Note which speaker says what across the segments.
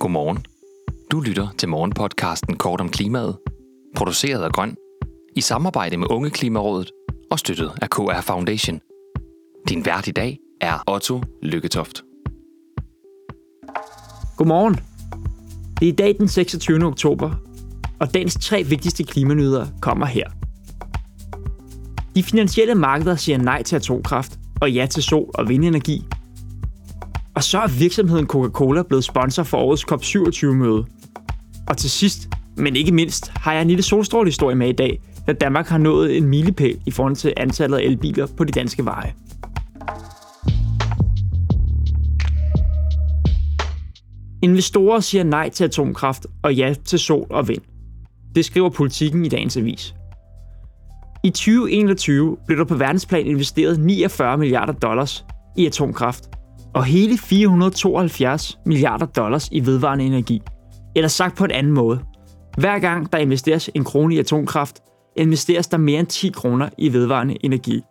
Speaker 1: Godmorgen. Du lytter til morgenpodcasten Kort om klimaet, produceret af Grøn, i samarbejde med Unge Klimarådet og støttet af KR Foundation. Din vært i dag er Otto Lykketoft.
Speaker 2: Godmorgen. Det er i dag den 26. oktober, og dagens 3 vigtigste klimanyheder kommer her. De finansielle markeder siger nej til atomkraft og ja til sol- og vindenergi. Og så er virksomheden Coca-Cola blevet sponsor for årets COP27-møde. Og til sidst, men ikke mindst, har jeg en lille solstrålehistorie med i dag, da Danmark har nået en milepæl i forhold til antallet af elbiler på de danske veje. Investorer siger nej til atomkraft og ja til sol og vind. Det skriver Politiken i dagens avis. I 2021 blev der på verdensplan investeret $49 milliarder i atomkraft, og hele $472 milliarder i vedvarende energi. Eller sagt på en anden måde. Hver gang der investeres 1 krone i atomkraft, investeres der mere end 10 kroner i vedvarende energi.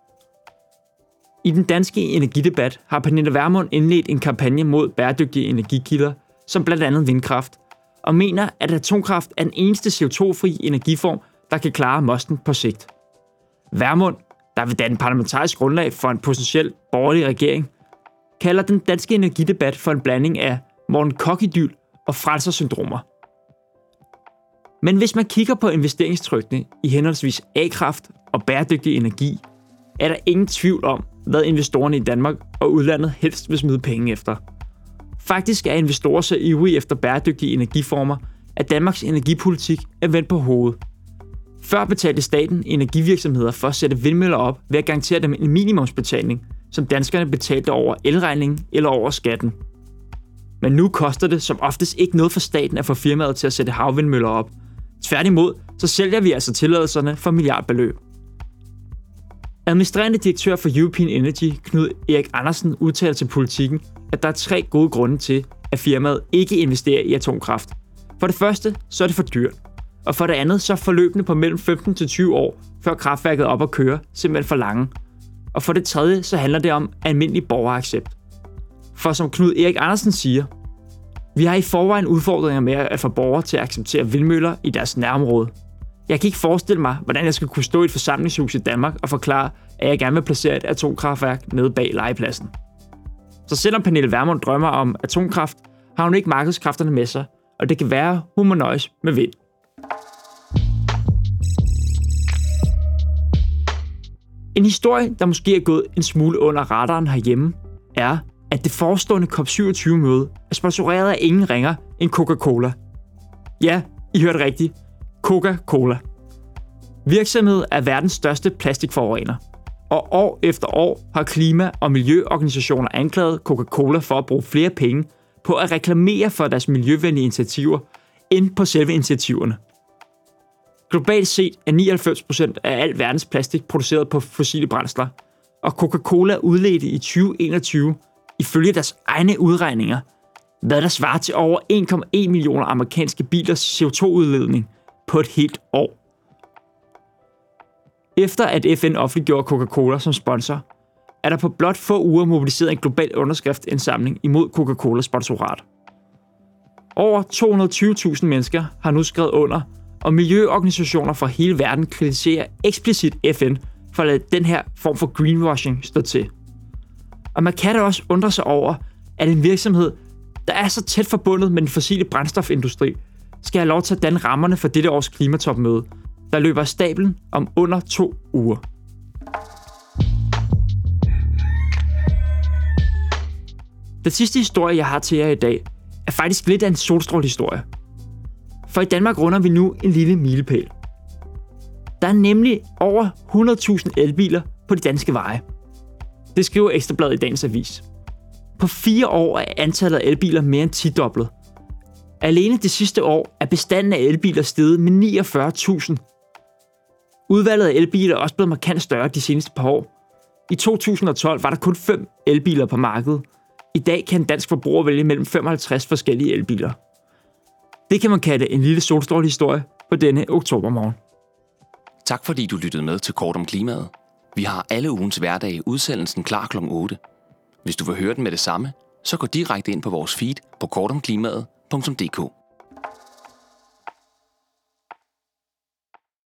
Speaker 2: I den danske energidebat har Pernille Vermund indledt en kampagne mod bæredygtige energikilder, som blandt andet vindkraft, og mener, at atomkraft er den eneste CO2-fri energiform, der kan klare mosten på sigt. Vermund, der vil danne parlamentarisk grundlag for en potentiel borgerlig regering, kalder den danske energidebat for en blanding af Morten Korch-idyl og frelsersyndromer. Men hvis man kigger på investeringstrykkene i henholdsvis A-kraft og bæredygtig energi, er der ingen tvivl om, hvad investorerne i Danmark og udlandet helst vil smide penge efter. Faktisk er investorer så ivrige efter bæredygtige energiformer, at Danmarks energipolitik er vendt på hovedet. Før betalte staten energivirksomheder for at sætte vindmøller op ved at garantere dem en minimumsbetaling, som danskerne betalte over elregningen eller over skatten. Men nu koster det som oftest ikke noget for staten at få firmaet til at sætte havvindmøller op. Tværtimod, så sælger vi altså tilladelserne for milliardbeløb. Administrerende direktør for European Energy, Knud Erik Andersen, udtaler til Politiken, at der er 3 gode grunde til, at firmaet ikke investerer i atomkraft. For det første, så er det for dyrt. Og for det andet, så er forløbene på mellem 15 til 20 år, før kraftværket er op at køre, simpelthen for lange. Og for det tredje, så handler det om almindelig borgeraccept. For som Knud Erik Andersen siger, vi har i forvejen udfordringer med at få borgere til at acceptere vindmøller i deres nærområde. Jeg kan ikke forestille mig, hvordan jeg skal kunne stå i et forsamlingshus i Danmark og forklare, at jeg gerne vil placere et atomkraftværk nede bag legepladsen. Så selvom Pernille Vermund drømmer om atomkraft, har hun ikke markedskræfterne med sig, og det kan være, hun må nøjes med vind. En historie, der måske er gået en smule under radaren herhjemme, er, at det forestående COP27-møde er sponsoreret af ingen ringer end Coca-Cola. Ja, I hørte rigtigt. Coca-Cola. Virksomheden er verdens største plastikforurener, og år efter år har klima- og miljøorganisationer anklaget Coca-Cola for at bruge flere penge på at reklamere for deres miljøvenlige initiativer, end på selve initiativerne. Globalt set er 99% af al verdens plastik produceret på fossile brændsler, og Coca-Cola udledte i 2021, ifølge deres egne udregninger, hvad der svarer til over 1,1 millioner amerikanske bilers CO2-udledning på et helt år. Efter at FN offentliggjorde Coca-Cola som sponsor, er der på blot få uger mobiliseret en global underskriftsindsamling imod Coca-Colas sponsorat. Over 220.000 mennesker har nu skrevet under, og miljøorganisationer fra hele verden kritiserer eksplicit FN for at lade den her form for greenwashing stå til. Og man kan da også undre sig over, at en virksomhed, der er så tæt forbundet med den fossile brændstofindustri, skal have lov til at danne rammerne for dette års klimatopmøde, der løber af stablen om under 2 uger. Den sidste historie, jeg har til jer i dag, er faktisk lidt af en solstrålehistorie. For i Danmark runder vi nu en lille milepæl. Der er nemlig over 100.000 elbiler på de danske veje. Det skriver Ekstra Bladet i dagens avis. På 4 år er antallet af elbiler mere end 10-doblet. Alene det sidste år er bestanden af elbiler steget med 49.000. Udvalget af elbiler er også blevet markant større de seneste par år. I 2012 var der kun 5 elbiler på markedet. I dag kan en dansk forbruger vælge mellem 55 forskellige elbiler. Det kan man kalde en lille solstrålehistorie på denne oktobermorgen.
Speaker 1: Tak fordi du lyttede med til Kort om klimaet. Vi har alle ugens hverdage udsendelsen klar kl. 8. Hvis du vil høre den med det samme, så gå direkte ind på vores feed på kortomklimaet www.klima-dk.